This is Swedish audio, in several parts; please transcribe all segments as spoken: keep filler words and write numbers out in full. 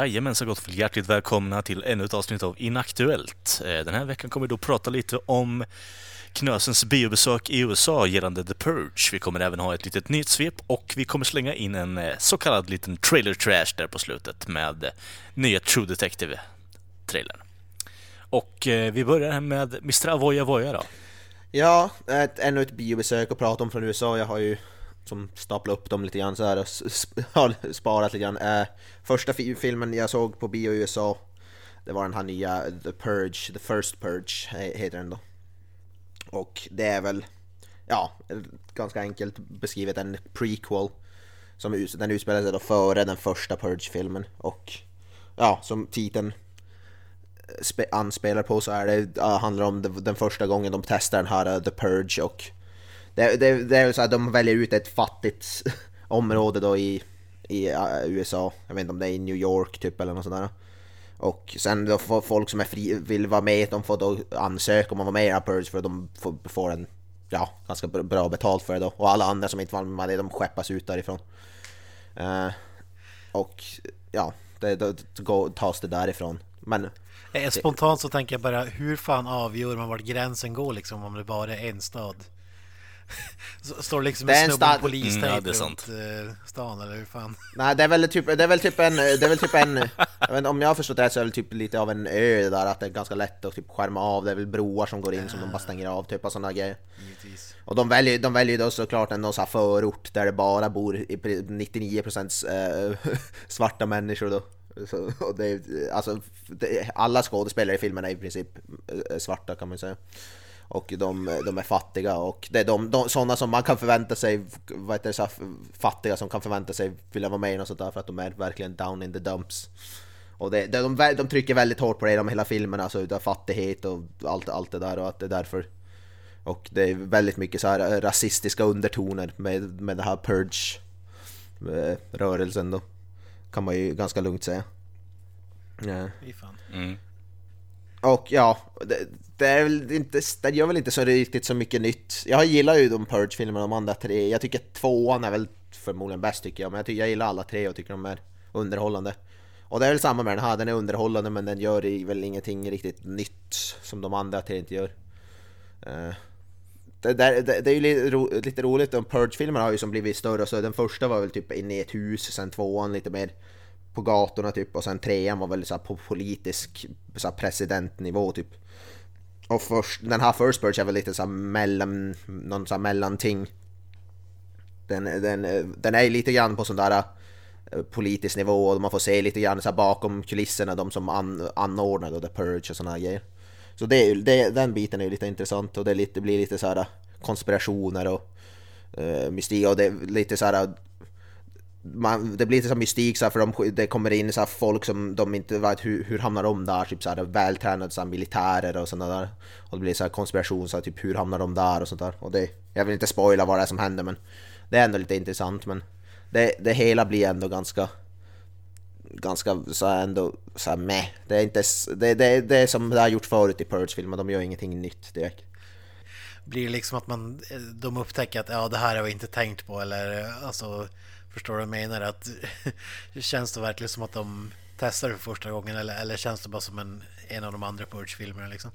Jajamensan, gott för hjärtligt välkomna till ännu ett avsnitt av Inaktuellt. Den här veckan kommer vi då prata lite om Knösens biobesök i U S A gällande The Purge. Vi kommer även ha ett litet nyhetssvep och vi kommer slänga in en så kallad liten trailer trash där på slutet med nya True Detective-trailern. Och vi börjar här med mister Avoya Voya då. Ja, ett, ännu ett biobesök att prata om från U S A. Jag har ju som staplat upp dem lite grann så här och sp- sparat lite grann. Eh, första fi- filmen jag såg på bio i U S A, det var den här nya The Purge, The First Purge heter den då. Och det är väl, ja, ganska enkelt beskrivet en prequel som den utspelar sig då före den första Purge-filmen. Och ja, som titeln spe- anspelar på så är det, uh, handlar om the, den första gången de testar den här uh, The Purge. Och det, det, det är så att de väljer ut ett fattigt område då i, i uh, U S A. Jag vet inte om det är i New York typ eller något sånt där. Och sen då får folk som är fri, vill vara med, de får då ansöka om att vara med i den här Purge för att de får, får en, ja, ganska bra betalt för det då. Och alla andra som inte var med, de skeppas ut därifrån. Uh, och ja, det, då, då tas det därifrån. Men eh, spontant så tänker jag bara, hur fan avgör man vart gränsen går liksom, om det bara är en stad? Står liksom en snubbe med polistejp mm, ja, runt uh, stan eller hur fan? Nej, det är väl typ det är väl typ en det är väl typ en jag vet, om jag har förstått rätt så är det typ lite av en ö där, att det är ganska lätt att typ skärma av. Det är väl broar som går in som de bara stänger av typ och såna grejer. Givetvis. Och de väljer de väljer då såklart en någon så här förort där det bara bor i nittionio procent äh, svarta människor då. Så, och det är, alltså det, alla skådespelare i filmen är i princip svarta kan man säga. Och de, de är fattiga och det är de, de sådana som man kan förvänta sig, vad heter det, så här, fattiga som kan förvänta sig vilja vara med och sånt där, för att de är verkligen down in the dumps. Och det, de, de, de trycker väldigt hårt på det i de hela filmen, alltså utav fattighet och allt, allt det där, och att det är därför. Och det är väldigt mycket så här rasistiska undertoner med, med det här Purge-rörelsen då, kan man ju ganska lugnt säga. Ja. Mm. Och ja, det, det är väl inte, det gör väl inte så riktigt så mycket nytt. Jag gillar ju de Purge-filmerna, de andra tre. Jag tycker tvåan är väl förmodligen bäst tycker jag. Men jag, tycker, jag gillar alla tre och tycker de är underhållande. Och det är väl samma med den här, den är underhållande men den gör väl ingenting riktigt nytt som de andra tre inte gör. Uh, det, det, det, det är ju lite, ro, lite roligt, de Purge-filmerna har ju som blivit större. Så den första var väl typ inne i ett hus, sen tvåan lite mer på gatorna typ, och sen trean var väl så här på politisk så här presidentnivå typ. Och först, den här First Purge är väl lite så här mellan, någon så här mellanting. Den, den, den är lite grann på sån där uh, politisk nivå, och man får se lite grann så här bakom kulisserna, de som an, anordnade The Purge och såna här grejer. Så det, det, den biten är lite intressant, och det, är lite, det blir lite så här konspirationer och uh, mystik, och det är lite så här. Man, det blir lite så mystik så här, för de, det kommer in så här folk som de inte vet hur, hur hamnar de där, typ så här vältränade så här militärer och sådana där, och det blir så här konspiration så här, typ hur hamnar de där och sånt där, och det, jag vill inte spoila vad det är som händer, men det är ändå lite intressant. Men det, det hela blir ändå ganska ganska så här, ändå så här meh. Det är inte det, det, det är som det har gjort förut i Purge-filmer, de gör ingenting nytt direkt. Blir det liksom att man de upptäcker att ja, det här har vi inte tänkt på, eller alltså, förstår du vad jag menar? Att känns det verkligen som att de testar det för första gången, eller, eller känns det bara som en, en av de andra Purge-filmerna liksom?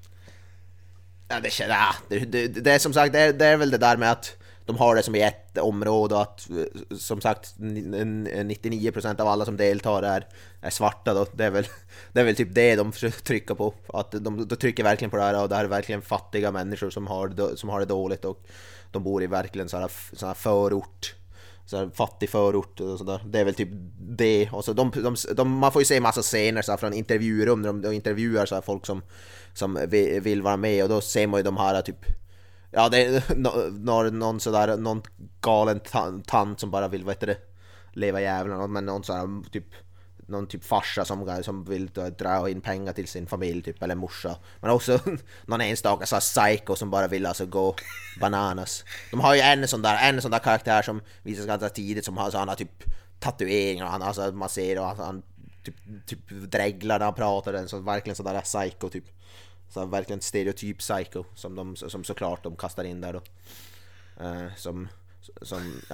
Ja, det, ja, det, det, det är som sagt, det är, det är väl det där med att de har det som i ett område, och att som sagt nittionio procent av alla som deltar är, är svarta då. Det är väl det är väl typ det de försöker trycka på, att de, de trycker verkligen på det här, och det här är verkligen fattiga människor som har, som har det dåligt, och de bor i verkligen så här, så här förort, så här fattig förort och sådär. Det är väl typ det. Och så de, de, de, man får ju se massa scener så här, från intervjurum, när de, de intervjuar så här, folk som, som vill, vill vara med, och då ser man ju de här typ, ja, det är någon, någon sådär, någon galen tant som bara vill, vad heter det, leva jävlar, men någon sådär typ, någon typ farsa som, som vill dra in pengar till sin familj typ, eller morsa. Men också någon enstaka så här psycho som bara vill alltså gå bananas. De har ju en sån där, en sån där karaktär som visas ganska tidigt, som har så han har typ tatueringar, och han alltså, man ser, och han, han typ, typ dreglar när han pratar, en så verkligen sån där psycho typ. Så verkligen stereotyp psycho som de, som såklart de kastar in där då. Uh, som som ja,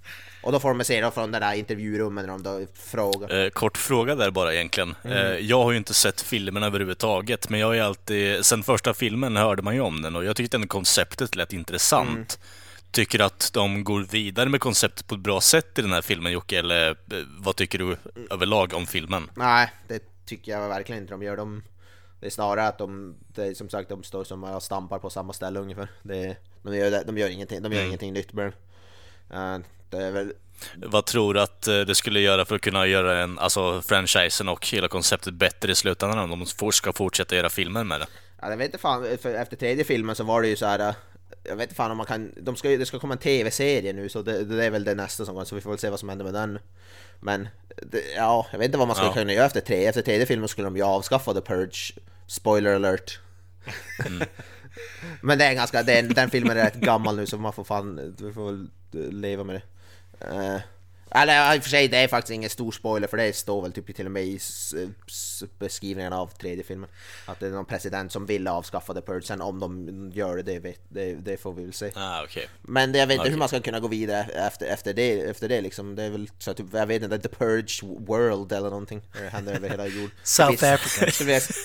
Och då får de se då från den där intervjurummen när de då frågar. Eh, kort fråga där bara egentligen. Mm. Eh, jag har ju inte sett filmen överhuvudtaget, men jag har ju alltid, sen första filmen hörde man ju om den och jag tyckte den konceptet lät intressant. Mm. Tycker att de går vidare med konceptet på ett bra sätt i den här filmen, Jocke, eller eh, vad tycker du mm. överlag om filmen? Nej, det tycker jag verkligen inte de gör. De, det är snarare att de, det är, som sagt, de står som och stampar på samma ställe ungefär. Det, de, gör, de gör ingenting, de gör mm. ingenting nytt med den. Uh, det är väl... Vad tror du att det skulle göra för att kunna göra en, alltså franchisen och hela konceptet bättre i slutändan om de ska fortsätta göra filmer med det? Ja, jag vet inte fan, för efter tredje filmen så var det ju så här. Jag vet inte fan om man kan, de ska, det ska komma en tv-serie nu, så det, det är väl det nästa som går, så vi får väl se vad som händer med den. Men det, ja, jag vet inte vad man ska ja. kunna göra efter tre. Efter tredje filmen skulle de ju avskaffa The Purge. Spoiler alert. Mm. Men det är ganska, det är, den filmen är rätt gammal nu, så man får fan, vi får väl leva med det. Uh, eller i och för sig, det är faktiskt ingen stor spoiler, för det står väl typ till och med i beskrivningen av tredje filmen att det är någon president som vill avskaffa The Purge. Sen om de gör det, det, vet, det, det får vi väl se. Ah, okay. Men det, jag vet inte okay. hur man ska kunna gå vidare efter, efter, det, efter det liksom. Det är väl så att, jag vet inte, The Purge World eller någonting. Det händer över hela jorden. South Africa.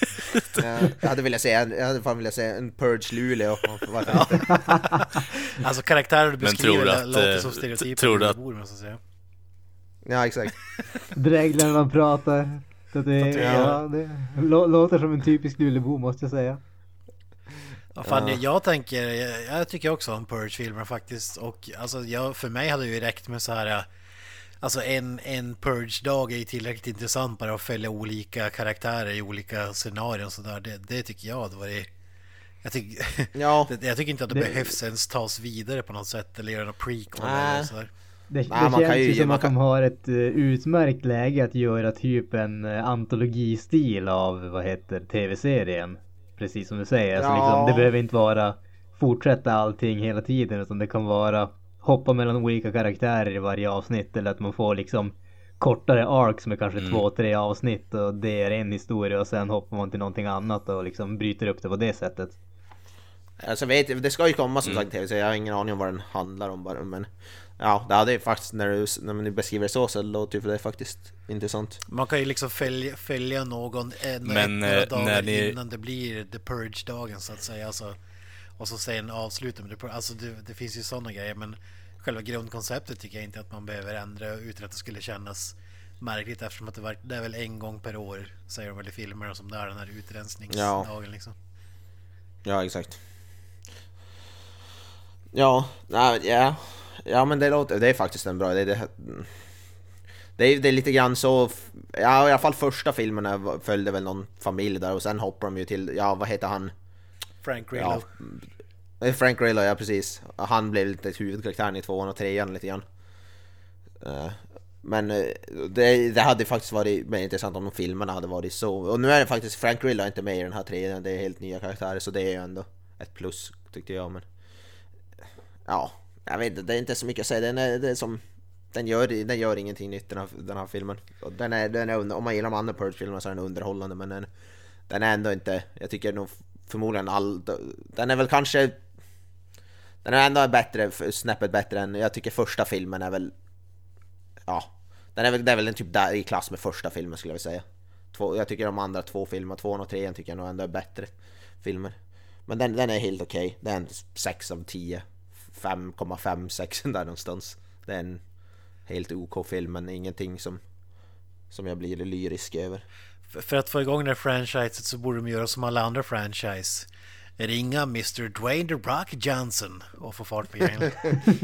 Jag hade velat säga jag hade fan velat säga en Purge Luleå. Ja. Alltså karaktärer du beskriver att, låter som stereotyper. Tror du att bor, måste jag säga. Ja, exakt. Dräglar när man pratar. Så det, ja, det lå, låter som en typisk Lulebo, måste jag säga. Ja, fan, jag, jag tänker, jag, jag tycker också om Purge-filmer faktiskt. Och alltså, jag, för mig hade det ju räckt med så här. Alltså en, en Purge-dag är ju tillräckligt intressant bara att följa olika karaktärer i olika scenarier och sådär. Det, det tycker jag det var det. Jag, tyck, ja. det, jag tycker inte att det, det behövs ens tas vidare på något sätt eller göra något prequel äh. eller sådär. Det, det Nej, känns ju som att kan... de har ett uh, utmärkt läge att göra typ en uh, antologistil av, vad heter, tv-serien. Precis som du säger. Ja. Alltså, liksom, det behöver inte vara fortsätta allting hela tiden, utan det kan vara hoppa mellan olika karaktärer i varje avsnitt, eller att man får liksom kortare arcs med kanske mm. två, tre avsnitt och det är en historia och sen hoppar man till någonting annat och liksom bryter upp det på det sättet. Alltså vet, det ska ju komma som mm. sagt tv, så jag har ingen aning om vad den handlar om bara, men ja, det hade faktiskt, när du, när man beskriver det så, så låter ju för det faktiskt intressant. Man kan ju liksom följa, följa någon en, men, ett, några dagar ni... innan det blir The Purge-dagen så att säga, alltså, och så sen avsluta med The Purge. Alltså det, det finns ju sådana grejer, men själva grundkonceptet tycker jag inte att man behöver ändra utan att det skulle kännas märkligt, eftersom att det, var, det är väl en gång per år, säger de väl i filmer och som där, den här utrensningsdagen ja. liksom. Ja, exakt. Ja, ja, ja. Ja, men det låter, det är faktiskt en bra idé. Det, det, är, det är lite grann så, ja, i alla fall första filmerna följde väl någon familj där och sen hoppar de ju till, ja, vad heter han? Frank Grillo. Ja, Frank Grillo, ja precis. Han blev lite huvudkaraktären i tvåan och trean lite grann. Men det, det hade faktiskt varit mer intressant om de filmerna hade varit så. Och nu är det faktiskt, Frank Grillo inte med i den här trean, det är helt nya karaktärer, så det är ju ändå ett plus tyckte jag, men ja, jag vet inte, det är inte så mycket att säga. Den är, det är som, den gör, den gör ingenting nytt den här, den här filmen. Och den är, den är under, om man gillar de andra Purge-filmerna så är den underhållande, men den, den är ändå inte, jag tycker nog förmodligen all, den är väl kanske, den är ändå bättre, snäppet bättre än, jag tycker första filmen är väl, ja, den är väl, det är väl en typ där i klass med första filmen skulle jag vilja säga. Två, jag tycker de andra två filmer, tvåan och trean tycker jag nog ändå är bättre filmer. Men den, den är helt okej, okay. Det är en sex av tio. fem komma fem sex där någonstans. Det är en helt OK film, men ingenting som som jag blir lyrisk över. För, för att få igång den här franchiset så borde de göra som alla andra franchise. Ringa mister Dwayne The Rock Johnson och få fart på grejen.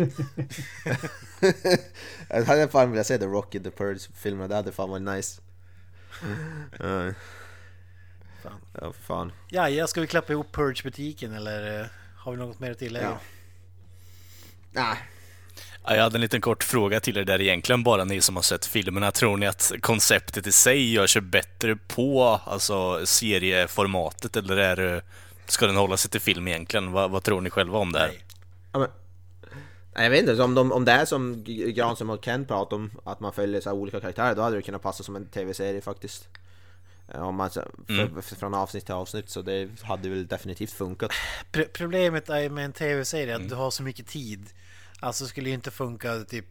Jag hade fan velat se The Rock i The Purge-filmen. Det hade fan varit nice. uh. Fan. Ja, för fan. Ja, ja, ska vi klappa ihop Purge-butiken eller uh, har vi något mer att tillägga? Ja. Nej. Ja, jag hade en liten kort fråga till er där egentligen, bara ni som har sett filmerna. Tror ni att konceptet i sig gör sig bättre på alltså serieformatet, eller är det, ska den hålla sig till film egentligen? Vad, vad tror ni själva om det här? Ja, men, jag vet inte, om, de, om det är som Granström och Ken pratar om, att man följer så här olika karaktärer, då hade det kunnat passa som en tv-serie faktiskt. Om man, för, mm. från avsnitt till avsnitt, så det hade väl definitivt funkat. Problemet är med en tv-serie att mm. du har så mycket tid. Alltså skulle ju inte funka typ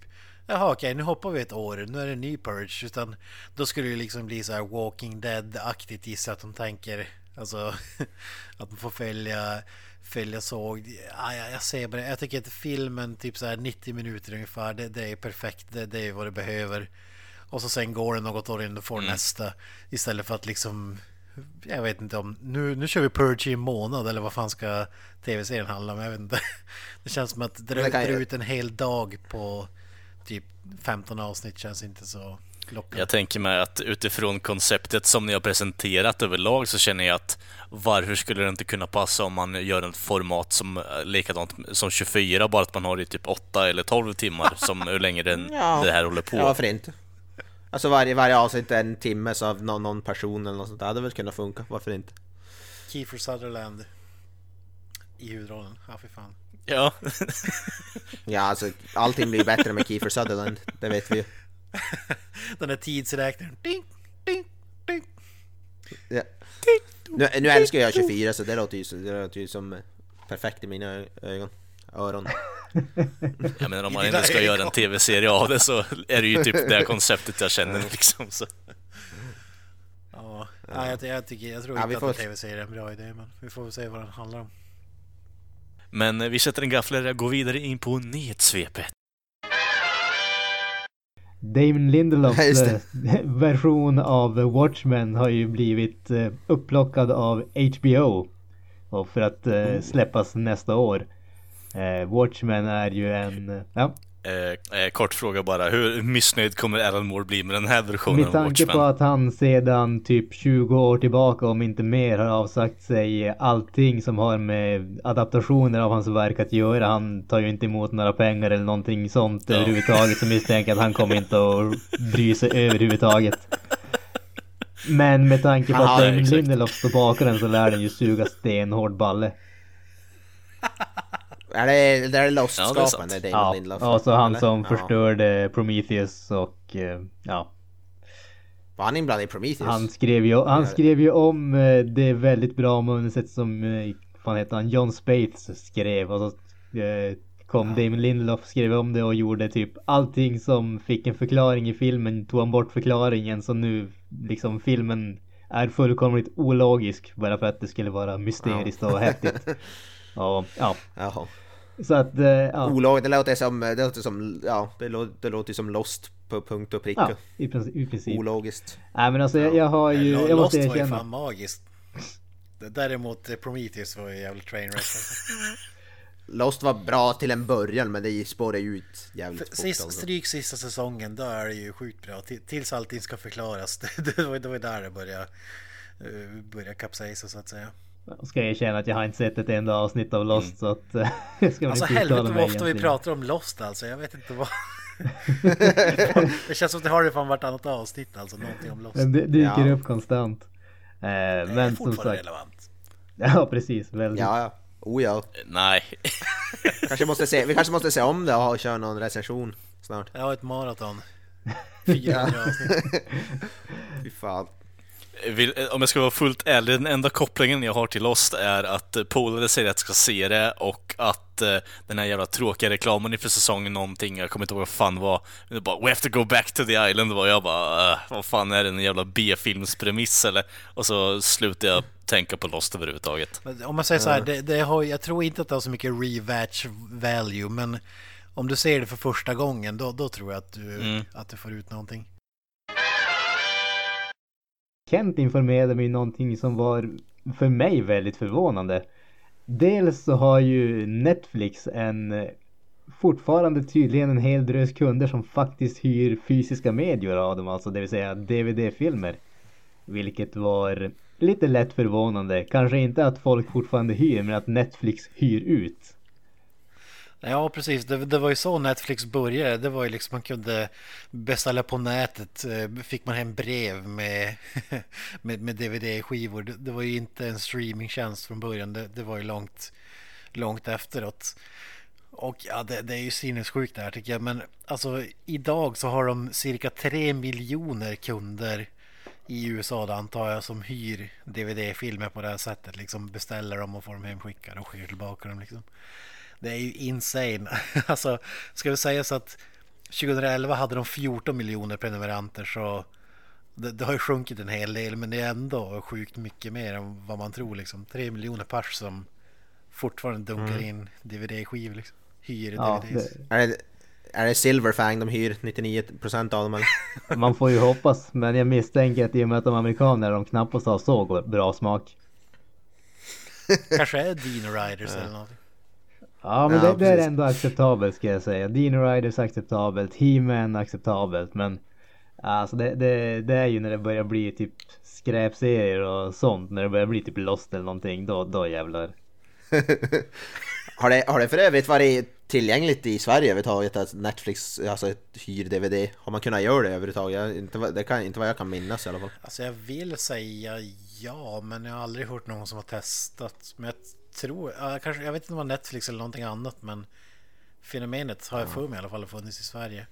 jaha okej, nu hoppar vi ett år, nu är det en ny Purge, utan då skulle det liksom bli så här Walking Dead-aktigt, gissar att de tänker, alltså att man får följa följa såg, ja, jag ser bara, jag tycker att filmen typ så här nittio minuter ungefär, det, det är perfekt, det, det är vad det behöver, och så sen går det något år innan du får mm. nästa, istället för att liksom, jag vet inte om nu, nu kör vi Purge i en månad, eller vad fan ska tv-serien handla om, jag vet inte. Det känns som att dra, dra ut en hel dag på typ femton avsnitt känns inte så lockande. Jag tänker mig att utifrån konceptet som ni har presenterat överlag, så känner jag att varför skulle det inte kunna passa om man gör en format som likadant som tjugofyra, bara att man har i typ åtta eller tolv timmar som hur länge den, ja, det här håller på. Ja, varför inte? Alltså varje, varje avsnitt är en timme, så av någon, någon person eller något sånt där, det hade väl kunnat funka, varför inte? Kiefer Sutherland i huvudrollen, ja för fan. Ja. Ja, alltså allting blir bättre med Kiefer Sutherland, det vet vi ju. Den där tidsräkningen. Ding, ding, ding. Ja. Nu, nu älskar jag tjugofyra, så det låter ju, det låter ju som perfekt i mina ögon. Öron. Jag menar, om man ändå ska göra en tv-serie av det, så är det ju typ det här konceptet jag känner liksom, så. Ja, ja. Jag, jag, tycker, jag tror ja, inte får... att en tv-serie är en bra idé, men vi får väl se vad den handlar om. Men vi sätter en gaffel och går vidare in på nyhetssvepet. Damon Lindelofs version av Watchmen har ju blivit upplockad av H B O och för att uh, släppas nästa år. Uh, Watchmen är ju en... Ja. Eh, eh, kort fråga bara, hur missnöjd kommer Alan Moore bli med den här versionen av Watchmen? Med tanke på att han sedan typ tjugo år tillbaka, om inte mer, har avsagt sig allting som har med adaptationer av hans verk att göra. Han tar ju inte emot några pengar eller någonting sånt ja. överhuvudtaget, så misstänker att han kommer inte att bry sig överhuvudtaget. Men med tanke på att Damon Lindelof står bakom den, så lär den ju suga stenhård balle. Är det, det är Lost-skapen, ja, det är Damon ja, Lindelof. Ja, så han eller? som ja. förstörde Prometheus och ja. Var han inblandad i Prometheus? Han skrev ju, han skrev ju om det väldigt bra manuset som, fan heter han, John Spates skrev, och så kom ja. Damon Lindelof, skrev om det och gjorde typ allting som fick en förklaring i filmen, tog han bort förklaringen, så nu liksom filmen är fullkomligt ologisk bara för att det skulle vara mysteriskt ja. och häftigt. Och, ja. Jaha. Så att, ja. Olagligt, det låter som, det låter som, ja, det låter, det låter som Lost på punkt och pricka. Ja, i princip. I princip. Ologiskt. Nej, men alltså, jag, jag har ju, ja, jag måste Lost erkänna. var ju fan magiskt. Däremot Prometheus var ju jävligt trainwreck. Lost var bra till en början, men det spårade ut jävligt fort. Sist, stryk sista säsongen, då är det ju sjukt bra. Tills allting ska förklaras. Det var, det var där det började, började kapsejsa, så att säga. Ska jag erkänna att jag har inte sett ett enda avsnitt av Lost, mm. så att uh, jag ska alltså helvete vad ofta egentligen. Vi pratar om Lost, alltså jag vet inte vad. Det känns som att det har det fan vartannat avsnitt, alltså någonting om Lost. Det dyker ja. upp konstant. Uh, det men är som sagt relevant. Ja, precis, väldigt. Ja, ja. Oh ja. Nej. kanske måste se, vi kanske måste se om det och köra någon recension snart. Jag har ett maraton. fyrahundra avsnitt. Fy fan. Vill, om jag ska vara fullt ärlig, den enda kopplingen jag har till Lost är att polare säger att jag ska se det, och att uh, den här jävla tråkiga reklamen inför säsongen någonting, jag kommer inte ihåg vad fan var, det bara, we have to go back to the island, och jag bara, uh, vad fan är det, en jävla B-filmspremiss eller? Och så slutade jag tänka på Lost överhuvudtaget. Om man säger så här, det, det har, jag tror inte att det har så mycket rewatch value, men om du ser det för första gången, då, då tror jag att du, mm. att du får ut någonting. Kent informerade mig någonting som var för mig väldigt förvånande. Dels så har ju Netflix en fortfarande tydligen en hel drös kunder som faktiskt hyr fysiska medier av dem, alltså det vill säga D V D-filmer. Vilket var lite lätt förvånande. Kanske inte att folk fortfarande hyr, men att Netflix hyr ut. Ja, precis. Det, det var ju så Netflix började. Det var ju liksom man kunde beställa på nätet. Fick man hem brev med, med, med D V D-skivor. Det, det var ju inte en streamingtjänst från början. Det, det var ju långt, långt efteråt. Och ja, det, det är ju sinnessjukt det här tycker jag. Men alltså idag så har de cirka tre miljoner kunder i U S A, antar jag, som hyr D V D-filmer på det här sättet. Liksom beställer dem och får dem hemskickade och skickar tillbaka dem liksom. Det är ju insane. Alltså, ska vi säga så att tjugoelva hade de fjorton miljoner prenumeranter, så det, det har ju sjunkit en hel del, men det är ändå sjukt mycket mer än vad man tror liksom. Tre miljoner pers som fortfarande dunkar mm. in D V D-skivor liksom. Hyr ja, D V Ds. Det, är, det, är det Silverfang de hyr nittionio procent av dem eller? Man får ju hoppas, men jag misstänker att i och med att de amerikaner de knappast har så bra smak. Kanske är Dino Riders ja. eller något. Ja, men ja, det, det är ändå acceptabelt ska jag säga. Dino Riders acceptabelt, He-Man acceptabelt, men alltså det, det, det är ju när det börjar bli typ skräpserier och sånt, när det börjar bli typ Lost eller någonting, då, då jävlar. har, det, har det för övrigt varit tillgängligt i Sverige överhuvudtaget att Netflix alltså hyr D V D? Har man kunnat göra det överhuvudtaget? Inte, det kan inte vad jag kan minnas i alla fall. Alltså jag vill säga ja, men jag har aldrig hört någon som har testat. Men jag tror, ja, kanske, jag vet inte om det var Netflix eller någonting annat, men fenomenet har jag för mig i alla fall funnits i Sverige.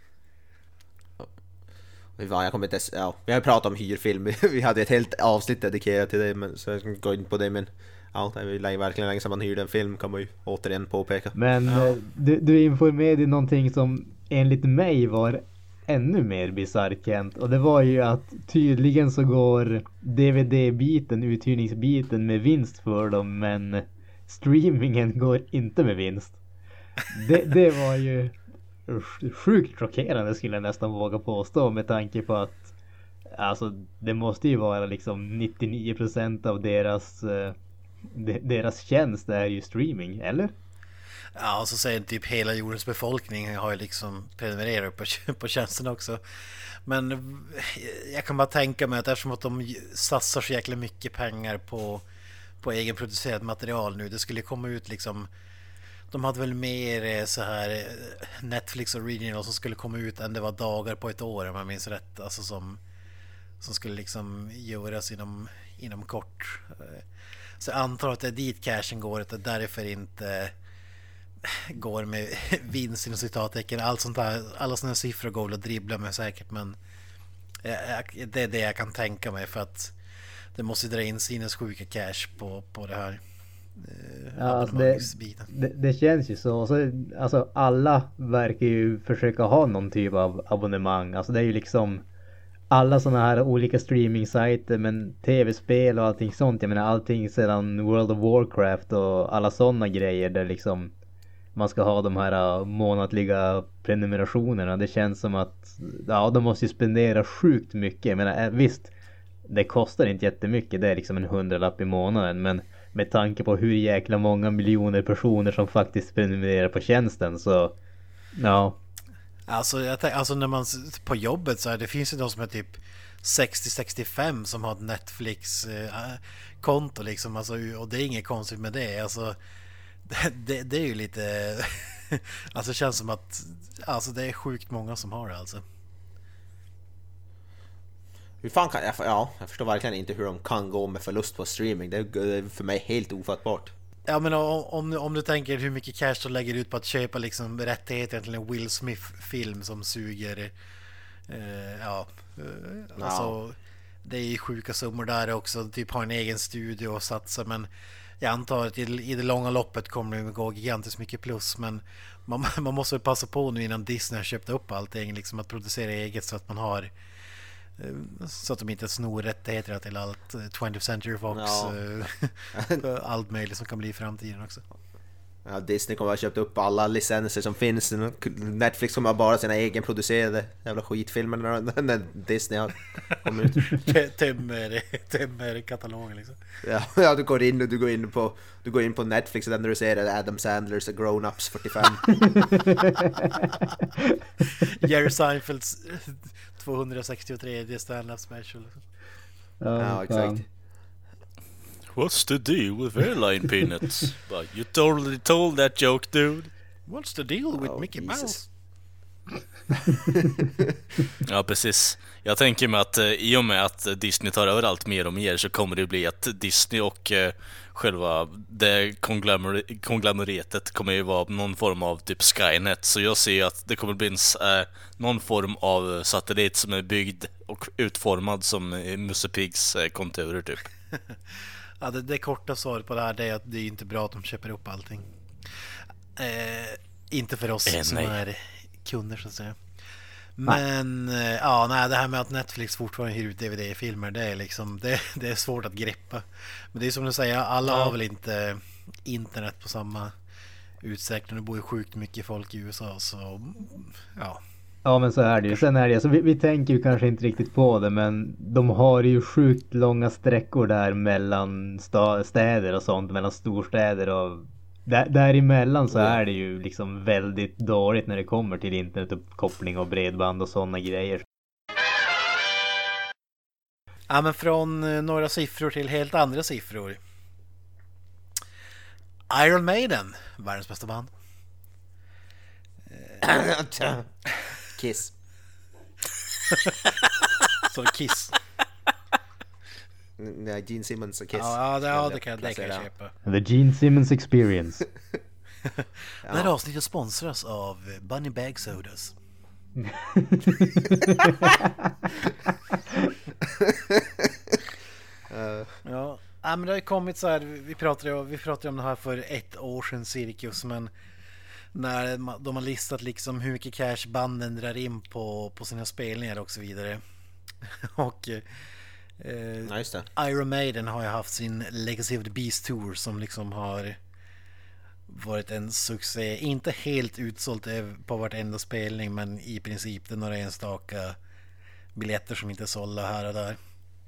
Ja, jag kommer inte, ja, vi har pratat om hyrfilm. Vi hade ett helt avsnitt dedikerat till det, men, så jag ska gå in på det, men ja, det är verkligen länge sedan man hyrde en film, kan man ju återigen påpeka. Men ja. du, du informerade någonting som enligt mig var ännu mer bisarrt, och det var ju att tydligen så går D V D-biten, uthyrningsbiten med vinst för dem, men streamingen går inte med vinst. Det, det var ju sjukt chockerande, skulle jag nästan våga påstå, med tanke på att alltså det måste ju vara liksom nittionio procent av deras deras tjänst är ju streaming, eller? Ja, och så säger typ hela jordens befolkning har ju liksom prenumererat på, på tjänsten också. Men jag kan bara tänka mig att eftersom att de satsar så jäkla mycket pengar på, på egenproducerat material nu, det skulle komma ut liksom, de hade väl mer så här Netflix original som skulle komma ut än det var dagar på ett år, om jag minns rätt, alltså som, som skulle liksom göras inom, inom kort. Så jag antar att det är dit cashen går, att det därför inte går med vinst inom citattecken. Allt sånt där, alla såna siffror går att dribbla med säkert, men det är det jag kan tänka mig, för att det måste dra in sinnessjuka cash på, på det här. Ja, alltså det, det, det känns ju så. så. Alltså alla verkar ju försöka ha någon typ av abonnemang. Alltså det är ju liksom alla såna här olika streaming-sajter, men tv-spel och allting sånt. Jag menar allting sedan World of Warcraft och alla såna grejer där liksom man ska ha de här månatliga prenumerationerna. Det känns som att ja, de måste ju spendera sjukt mycket. Jag menar visst, det kostar inte jättemycket. Det är liksom en hundralapp i månaden, men med tanke på hur jäkla många miljoner personer som faktiskt prenumererar på tjänsten, så ja. Alltså, jag tänk, alltså när man på jobbet så här, det finns ju de som är typ sextio sextiofem som har ett Netflix-konto liksom, alltså, och det är inget konstigt med det. Alltså, det, det, det är ju lite alltså det känns som att alltså, det är sjukt många som har det alltså. Hur fan kan jag, ja, jag förstår verkligen inte hur de kan gå med förlust på streaming. Det är för mig helt ofattbart. Ja, men om, om, om du tänker hur mycket cash du lägger ut på att köpa liksom rättigheter till en Will Smith-film som suger eh, ja, eh, alltså ja. Det är ju sjuka summor där också, typ ha en egen studio och satsa, men jag antar att i, i det långa loppet kommer det gå gigantiskt mycket plus, men man, man måste väl passa på nu innan Disney har köpt upp allting liksom, att producera eget så att man har, så att de inte snor rättigheter till allt twentieth Century Fox, ja. Allt möjligt som kan bli i framtiden också. Ja, Disney kommer att ha köpt upp alla licenser som finns. Netflix kommer att ha bara sina egenproducerade jävla skitfilmer när, när Disney har kommit ut. Tömmer, tömmer katalogen liksom. Ja, ja, du går in och du går in på du går in på Netflix och där du ser Adam Sandlers Grown Ups fyrtiofem. Jerry Seinfelds tvåhundrasextiotre stand-up special. Ja, ja, exakt. What's the deal with airline peanuts? But you totally told that joke, dude. What's the deal with oh, Mickey Jesus. Mouse? Ja, precis. Jag tänker mig att eh, i och med att Disney tar över allt mer och mer så kommer det bli att Disney och eh, själva det konglomer- konglomeratet kommer ju vara någon form av typ Skynet. Så jag ser att det kommer bli en, eh, någon form av satellit som är byggd och utformad som eh, Musse Pigs eh, konturer typ. Ja, det, det korta svaret på det här är att det är inte bra att de köper upp allting. Eh, inte för oss eh, som är kunder så att säga. Men nej. ja, nej, det här med att Netflix fortfarande hyr ut D V D-filmer, det är liksom det, det är svårt att greppa. Men det är som du säger, alla ja. har väl inte internet på samma utsträckning. Det bor ju sjukt mycket folk i U S A, så ja. Ja, men så är det ju. Sen är det så vi, vi tänker ju kanske inte riktigt på det, men de har ju sjukt långa sträckor där mellan sta, städer och sånt, mellan storstäder och där, däremellan så är det ju liksom väldigt dåligt när det kommer till internetuppkoppling och bredband och sådana grejer. Ja, men från några siffror till helt andra siffror. Iron Maiden, världens bästa band. Kiss. Så Kiss. Nej, Gene Simmons och Kiss. Ja, det, ja, det kan, det kan jag köpa. The Gene Simmons Experience. Ja. Det här avsnittet sponsras av Bunny Bag Sodas. uh. Ja, ja, men det har kommit så här. Vi pratade, vi pratade om det här för ett år sedan cirkus, men när de har listat liksom hur mycket cash banden drar in på, på sina spelningar och så vidare. Och eh, ja, just det. Iron Maiden har ju haft sin Legacy of the Beast Tour som liksom har varit en succé. Inte helt utsålt på vartenda spelning, men i princip det är några enstaka biljetter som inte är sålda här och där.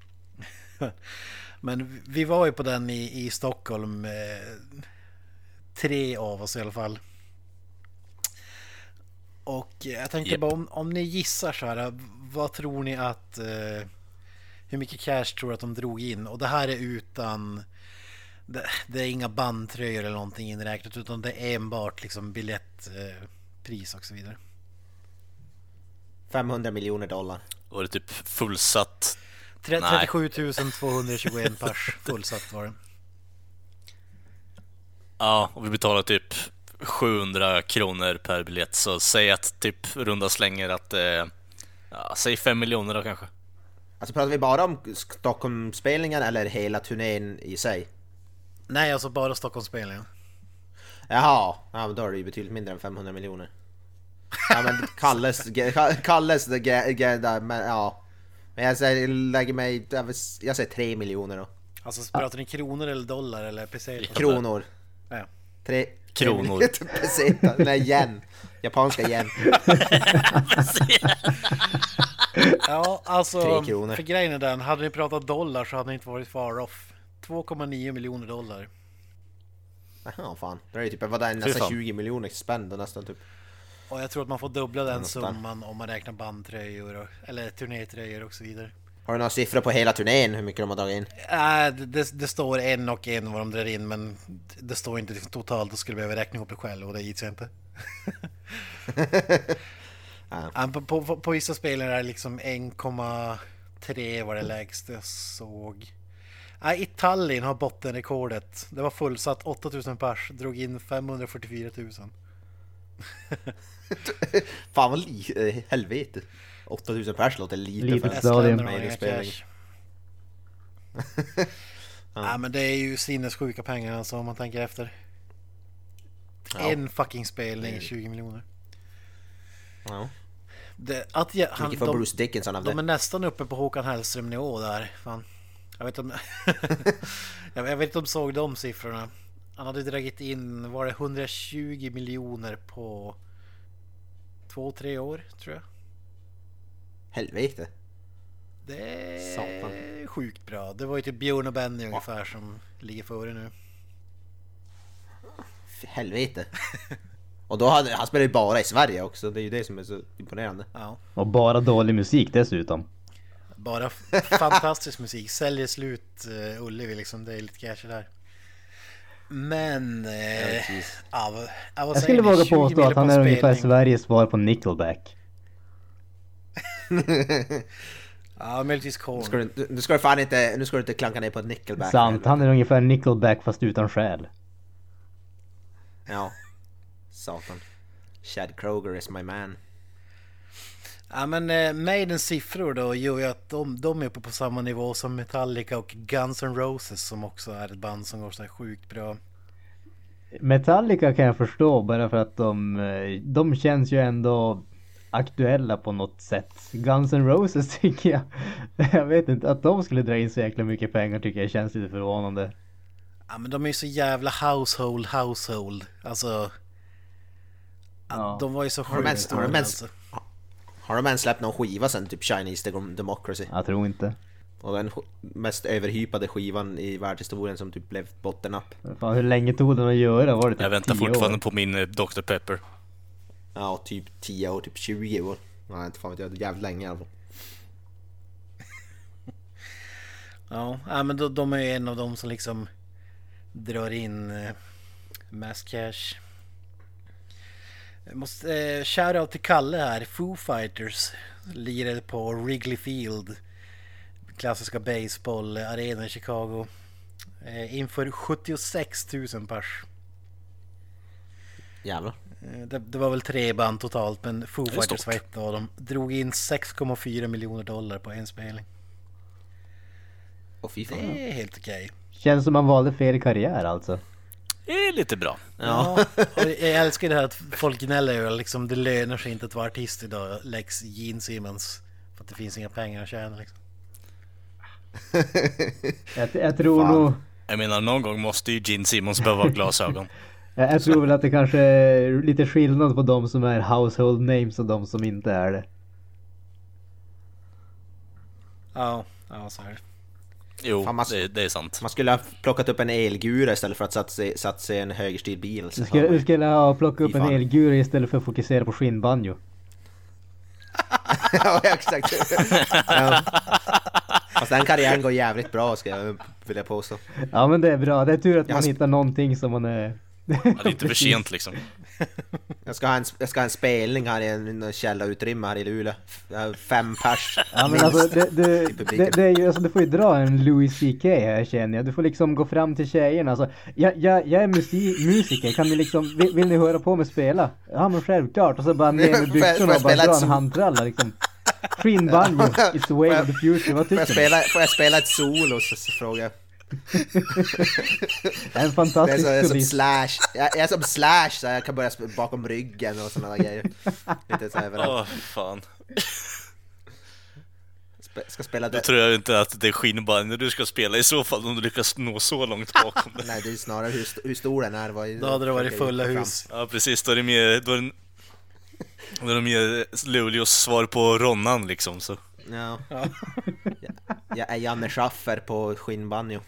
Men vi var ju på den i, i Stockholm, eh, tre av oss i alla fall. Och jag tänkte yep. bara om, om ni gissar så här, vad tror ni att eh, hur mycket cash tror att de drog in? Och det här är utan det, det är inga bandtröjor eller någonting inräknat, utan det är enbart liksom biljettpris eh, och så vidare. femhundra miljoner dollar. Och det är typ fullsatt. trettiosju tusen tvåhundratjugoett pers fullsatt var det. Ja, och vi betalar typ sjuhundra kronor per biljett, så säg att typ runda slänger att eh, ja, säg fem miljoner då kanske. Alltså pratar vi bara om Stockholmsspelningen eller hela turnén i sig? Nej, alltså bara Stockholmsspelningen. Jaha, ja, men då är det ju betydligt mindre än femhundra miljoner. Ja, men Kalles Kalles det där, men ja. Men jag säger lägger mig jag säger tre miljoner då. Alltså pratar ni kronor eller dollar eller pesetas? Kronor. Ja. Tre kronor. Pesetas, nej yen. Japanska yen. Ja, alltså för grejen är den, hade ni pratat dollar så hade ni inte varit far off. två komma nio miljoner dollar. Jaha, fan. Det är ju typ vad det är nästan tjugo miljoner spänn nästan typ. Och jag tror att man får dubbla den summan om man räknar bandtröjor och, eller turnétröjor och så vidare. Har du några siffror på hela turnén hur mycket de har dragit in? Äh, det, det står en och en vad de drar in, men det står inte totalt. Då skulle behöva räkna ihop det själv och det gissar jag inte. Ja. På, på, på vissa spelare är det liksom en komma tre var det lägsta jag såg. Nej, i Tallinn har bottenrekordet. Det var fullsatt åtta tusen pers, drog in femhundrafyrtiofyra tusen. Fan vad li- helvete. åtta tusen pers låter lite Litet för stadion. spelning. Ja. Ja, men det är ju sinnessjuka pengar alltså om man tänker efter. Ja. En fucking spelning i tjugo miljoner. Ja. Det, att jag, han, för de, Bruce Dickinson av det. De är nästan uppe på Håkan Hellström nivå där. Fan. Jag vet om jag vet inte om såg de siffrorna. Han hade dragit in var det hundratjugo miljoner på två, tre år tror jag. Helvete. Det är Satan. Sjukt bra. Det var ju typ Björn och Benny ungefär som ligger före nu. Helvete. Och då hade han spelar ju bara i Sverige också. Det är ju det som är så imponerande. Ja. Och bara dålig musik dessutom. Bara fantastisk musik. Säljer slut uh, Ullevi liksom. Det är lite cash där. Men eh, ja, ja, jag skulle våga påstå att han är ungefär Sveriges svar på Nickelback. Ja, möjligtvis Korn. Ska du, du ska fan inte, nu ska du inte klanka ner på ett Nickelback. Sant, han är ungefär Nickelback fast utan själ. Ja. Satan. Chad Kroger is my man. Ja, men eh, Maidens siffror då gör ju att de, de är uppe på samma nivå som Metallica och Guns N' Roses som också är ett band som går så här sjukt bra. Metallica kan jag förstå bara för att de, de känns ju ändå aktuella på något sätt. Guns N' Roses tycker jag, jag vet inte, att de skulle dra in så jäkla mycket pengar tycker jag känns lite förvånande. Ja, men de är ju så jävla household, household. Alltså, ja. De var ju så sjukt stora. Har de ens, har de ens släppt någon skiva sen, typ Chinese Democracy? Jag tror inte. Och den mest överhypade skivan i världshistorien som typ blev bottennapp. Fan, hur länge tog den att göra? Var det typ jag väntar fortfarande år? på min uh, doktor Pepper. Ja, typ tio år, typ tjugo år. Nej, inte fan vet jag, jävligt länge i alla fall. Ja, men då, de är ju en av dem som liksom drar in uh, mass cash. Jag måste uh, shoutout till Kalle här. Foo Fighters lirade på Wrigley Field, klassiska baseball-arena i Chicago, uh, inför sjuttiosex tusen pers. Jävlar. Uh, det, det var väl tre band totalt, men Foo Fighters var ett av dem. Drog in sex komma fyra miljoner dollar på en spelning. Oh, FIFA. Det är helt okej. Känns som man valde fel karriär alltså. Det är lite bra. Ja, och jag älskar det här att folk gnäller och liksom det lönar sig inte att vara artist idag, Lex Gene Simmons, för att det finns inga pengar att tjäna liksom. jag, jag tror Fan. nog... Jag menar, någon gång måste ju Gene Simmons behöva glasögon. jag, jag tror väl att det kanske är lite skillnad på de som är household names och de som inte är det. Ja, ja så är det. Jo, Fan, man, det, det är sant. Man skulle ha plockat upp en elgura iställt för att satt sig, satt sig i en högerstyrd bil. Du skulle, du skulle ha plockat upp en elgura istället för att fokusera på skinnbanjo. Ja, exakt. Ja. Fast den karriären går jävligt bra, ska jag vilja påstå. Ja, men det är bra. Det är tur att man Jag... hittar någonting som man är... Ja, det är inte för sent liksom. Jag ska ha en, jag ska ha en spelning här i en källarutrymme här i Luleå. Fem pers. Ja, men alltså, det, det, det, det är ju, alltså, du får ju dra en Louis C K här, känner jag. Du får liksom gå fram till tjejerna. Alltså, jag, jag, jag är musik, musiker. Kan ni liksom, vill, vill ni höra på mig spela? Ja, men självklart. Och så bara ner med byxorna och bara dra en handtralla liksom. Skinnbanjo, it's the way of the future. Vad tycker får jag spela, du? Får jag spela ett solo, så, så frågar jag. Det är en fantastisk det är, så, jag är som Slash. Jag, jag är som Slash, så jag kan börja bakom ryggen och sådana grejer. Lite så här överallt. Åh, fan. Sp- ska spela Då det. tror jag inte att det är skinnbanjo du ska spela i så fall, om du lyckas nå så långt bakom det. Nej, det är snarare hur, st- hur stor den är. Vad, Då hade det varit fulla hus. Ja, precis. Då är det mer, då är det, då är det mer Luleås svar på Ronnan liksom, så. Ja. Ja. Jag är Janne Schaffer på skinnbanjo.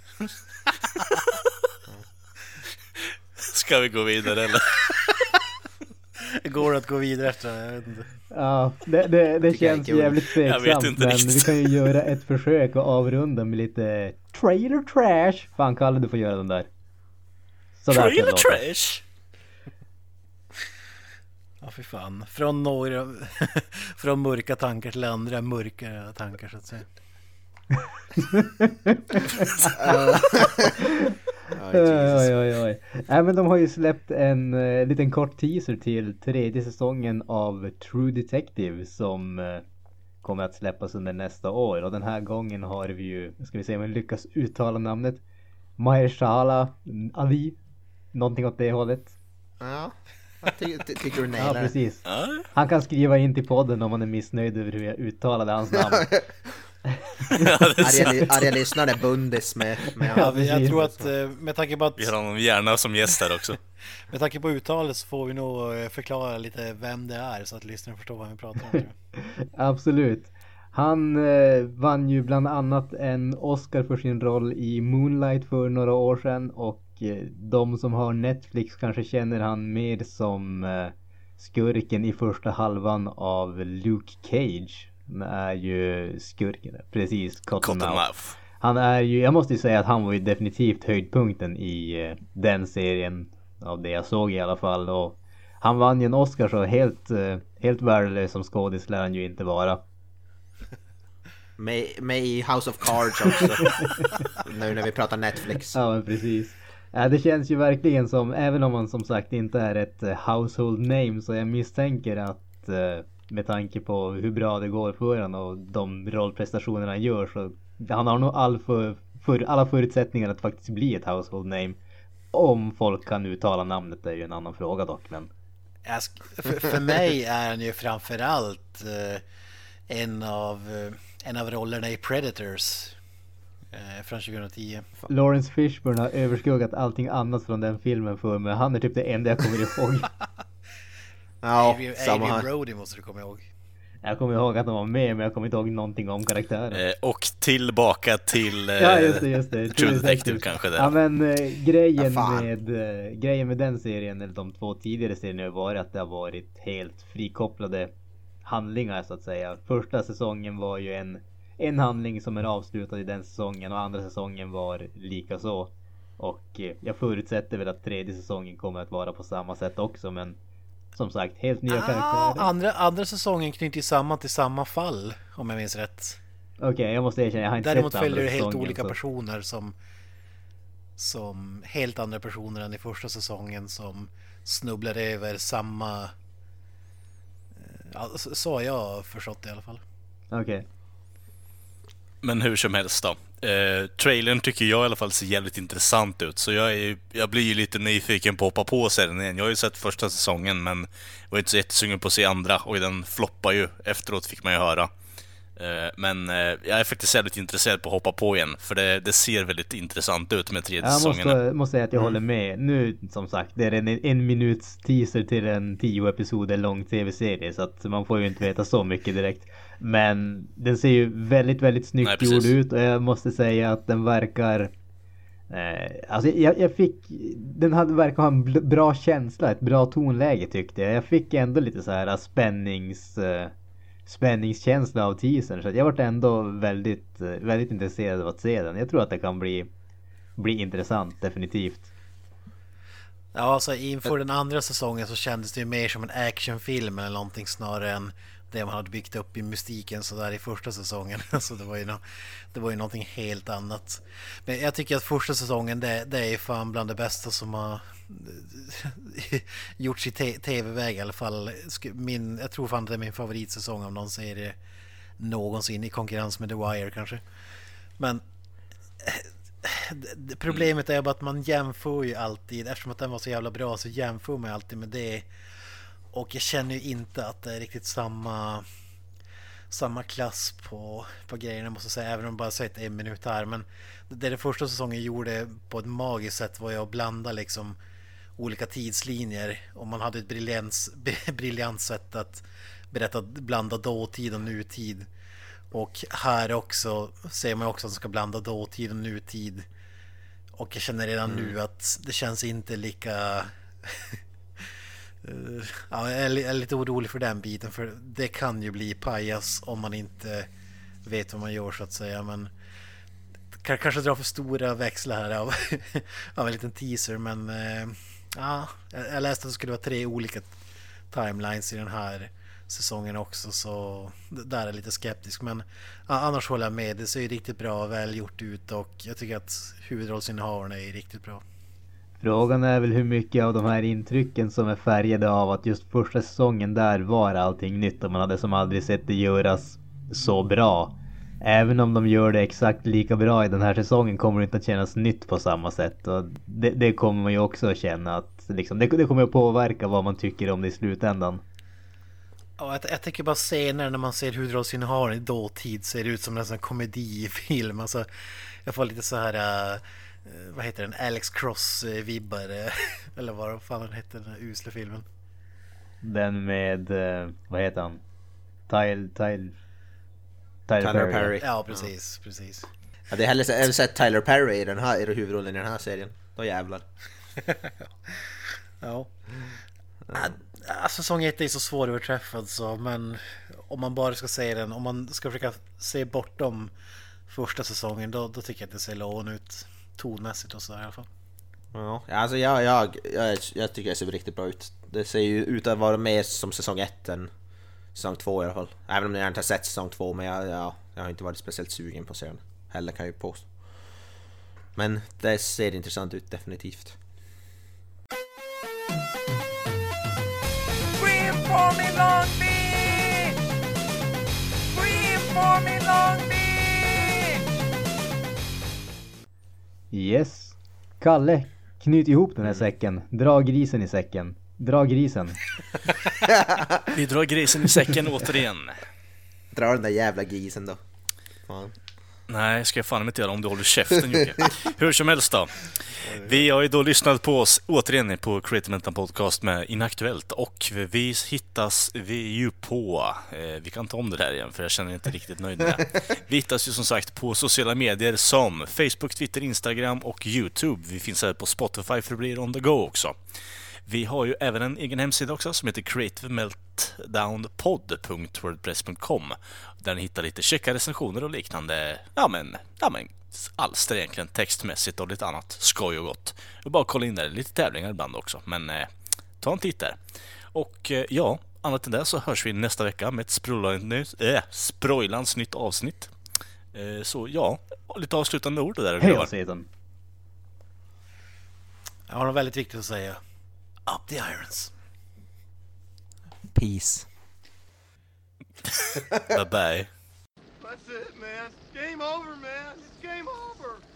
Ska vi gå vidare eller? Går det att gå vidare efter? Jag vet inte. Ja, det, det, det känns jävligt tveksamt, men riktigt. vi kan ju göra ett försök att avrunda med lite trailer trash. Fan, Kalle, du får göra den där. Så trailer trash? Ja, för fan. Från några från mörka tankar till andra mörka tankar, så att säga. Oj, oj, oj. Nej, men de har ju släppt en uh, liten kort teaser till tredje säsongen av True Detective som uh, kommer att släppas under nästa år. Och den här gången har vi ju, ska vi se om vi lyckas uttala namnet, Mahershala Ali. Någonting åt det hållet. Ja, jag ty- ty- tycker du nailar. Ja, precis. Han kan skriva in till podden om han är missnöjd över hur jag uttalade hans namn. Arga lyssnare bundis med, med ja, jag tror att med tanke på att vi har honom gärna som gäst här också. Med tanke på uttalet så får vi nog förklara lite vem det är, så att lyssnarna förstår vad vi pratar om. Absolut. Han eh, vann ju bland annat en Oscar för sin roll i Moonlight för några år sedan, och eh, de som har Netflix kanske känner han mer som eh, skurken i första halvan av Luke Cage. Han är ju skurken, precis, Cottonmouth. Han är ju, jag måste ju säga att han var ju definitivt höjdpunkten i eh, den serien, av det jag såg i alla fall. Och han vann ju en Oscar, så helt, eh, helt värdelös som skådis lär han ju inte vara. Med, med i House of Cards också. Nu när vi pratar Netflix. Ja, men precis. Ja, det känns ju verkligen som, även om man som sagt inte är ett household name, så jag misstänker att med tanke på hur bra det går för han och de rollprestationerna han gör, så han har nog all för, för, alla förutsättningar att faktiskt bli ett household name. Om folk kan uttala namnet är ju en annan fråga dock, men... För, för mig är han ju framförallt uh, en av uh, en av rollerna i Predators uh, från tjugohundratio. Lawrence Fishburne har överskuggat allting annat från den filmen för mig. Han är typ det enda jag kommer ihåg. Ja, Adrian, samma här. Adrian Brody måste du komma ihåg. Jag kommer ihåg att de var med, men jag kommer inte ihåg någonting om karaktären. Eh, och tillbaka till eh, ja, just det, just det. True Detective kanske det. Ja, men eh, grejen, ja, med, eh, grejen med den serien, eller de två tidigare serierna, har varit att det har varit helt frikopplade handlingar så att säga. Första säsongen var ju en, en handling som är avslutad i den säsongen, och andra säsongen var lika så. Och eh, jag förutsätter väl att tredje säsongen kommer att vara på samma sätt också, men som sagt, helt nya ah, karaktärer. Andra, andra säsongen knyter samman till samma fall, om jag minns rätt. Okej, okay, jag måste erkänna, jag har inte Däremot sett andra följer det helt säsongen, olika så. personer som som helt andra personer än i första säsongen som snubblar över samma... Ja, så har jag förstått i alla fall. Okej. Okay. Men hur som helst då. Eh, trailern tycker jag i alla fall ser jävligt intressant ut. Så jag, är, jag blir ju lite nyfiken på att hoppa på serien igen. Jag har ju sett första säsongen, men var inte så jättesugen på att se andra. Och den floppar ju efteråt, fick man ju höra. Eh, men eh, jag är faktiskt jävligt intresserad på att hoppa på igen. För det, det ser väldigt intressant ut med tredje säsongen. Jag måste, måste säga att jag mm. håller med. Nu, som sagt, det är en, en minuts teaser till en tio episoder lång tv-serie. Så att man får ju inte veta så mycket direkt. Men den ser ju väldigt, väldigt snyggt Nej, gjord ut. Och jag måste säga att den verkar... Eh, alltså jag, jag fick... Den hade verkar ha en bra känsla, ett bra tonläge tyckte jag. Jag fick ändå lite så här spännings... Eh, spänningskänsla av teasern. Så att jag var ändå väldigt, väldigt intresserad av att se den. Jag tror att det kan bli, bli intressant, definitivt. Ja, alltså inför den andra säsongen så kändes det ju mer som en actionfilm eller någonting snarare än det man hade byggt upp i mystiken så där i första säsongen. Alltså det var ju no- det var ju någonting helt annat. Men jag tycker att första säsongen det, det är fan bland det bästa som har gjorts i te- tv-väg i alla fall. Min, jag tror fan att det är min favoritsäsong av någon serie någonsin, i konkurrens med The Wire kanske. Men problemet är bara att man jämför ju alltid, eftersom att den var så jävla bra så jämför man alltid med det. Och jag känner ju inte att det är riktigt samma samma klass på, på grejerna, måste jag säga, även om jag bara sett en minut här. Men det den första säsongen gjorde på ett magiskt sätt var ju att blanda liksom olika tidslinjer, och man hade ett briljans, briljant sätt att berätta, blanda dåtid och nutid. Och här också ser man också att man ska blanda dåtid och nutid. Och jag känner redan mm. nu att det känns inte lika... ja, jag är lite orolig för den biten, för det kan ju bli pajas om man inte vet vad man gör så att säga. Men kan kanske dra för stora växlar här av, av en liten teaser. Men ja, jag läste att det skulle vara tre olika timelines i den här säsongen också, så där är jag lite skeptisk. Men ja, annars håller jag med. Det ser ju riktigt bra, väl gjort ut, och jag tycker att huvudrollsinnehavarna är riktigt bra. Frågan är väl hur mycket av de här intrycken som är färgade av att just första säsongen där var allting nytt och man hade som aldrig sett det göras så bra. Även om de gör det exakt lika bra i den här säsongen kommer det inte att kännas nytt på samma sätt. Och det, det kommer man ju också att känna att liksom, det, det kommer att påverka vad man tycker om det i slutändan. Ja, jag, jag tänker bara senare när man ser huvudrollsinnehavaren i dåtid ser det ut som en sån komedifilm. Alltså, jag får lite så här... Uh... vad heter den? Alex Cross-vibbar eller vad fan den heter, den här usla filmen. Den med vad heter han? Tyler Tyler Tyler Perry. Perry. Ja, precis, ja. precis. Ja, det är hellre jag har sett Tyler Perry i den här i huvudrollen i den här serien. Då jävlar. ja. ja. Säsong ett är så svåröverträffad så, men om man bara ska se den, om man ska försöka se bortom första säsongen, då, då tycker jag att det ser lovande ut. Tonmässigt och så där, i alla fall. Ja, alltså jag, jag, jag, jag tycker det ser riktigt bra ut. Det ser ju ut att vara mer som säsong ett än säsong två i alla fall. Även om jag inte har sett säsong två, men jag, jag, jag har inte varit speciellt sugen på serien heller, kan jag ju påstå. Men det ser intressant ut, definitivt. Scream for me Long Beach! Scream for me Long Beach! Yes. Kalle, knyt ihop den här säcken. Dra grisen i säcken. Dra grisen. Vi drar grisen i säcken återigen. Dra den där jävla grisen då. Fan. Nej, ska jag fan inte göra om du håller käften, Jocke. Hur som helst då. Vi har ju då lyssnat på oss återigen på Creative Mental Podcast med Inaktuellt. Och vi hittas vi ju på... Eh, vi kan ta om det där igen för jag känner inte riktigt nöjd med det. Vi hittas ju som sagt på sociala medier som Facebook, Twitter, Instagram och YouTube. Vi finns även på Spotify för det blir on the go också. Vi har ju även en egen hemsida också som heter creative meltdown pod punkt wordpress punkt com där ni hittar lite checka recensioner och liknande. Ja men, ja men alster egentligen textmässigt och lite annat skoj och gott. Och bara kolla in där, lite tävlingar ibland också. Men eh, ta en titt där. Och eh, ja, annat än det så hörs vi nästa vecka med ett sprojlans, äh, sprojlans nytt avsnitt. Eh, så ja, lite avslutande ord där. Hej sedan. Jag har något väldigt viktigt att säga. Up the irons. Peace. Bye bye. That's it, man. Game over, man. It's game over.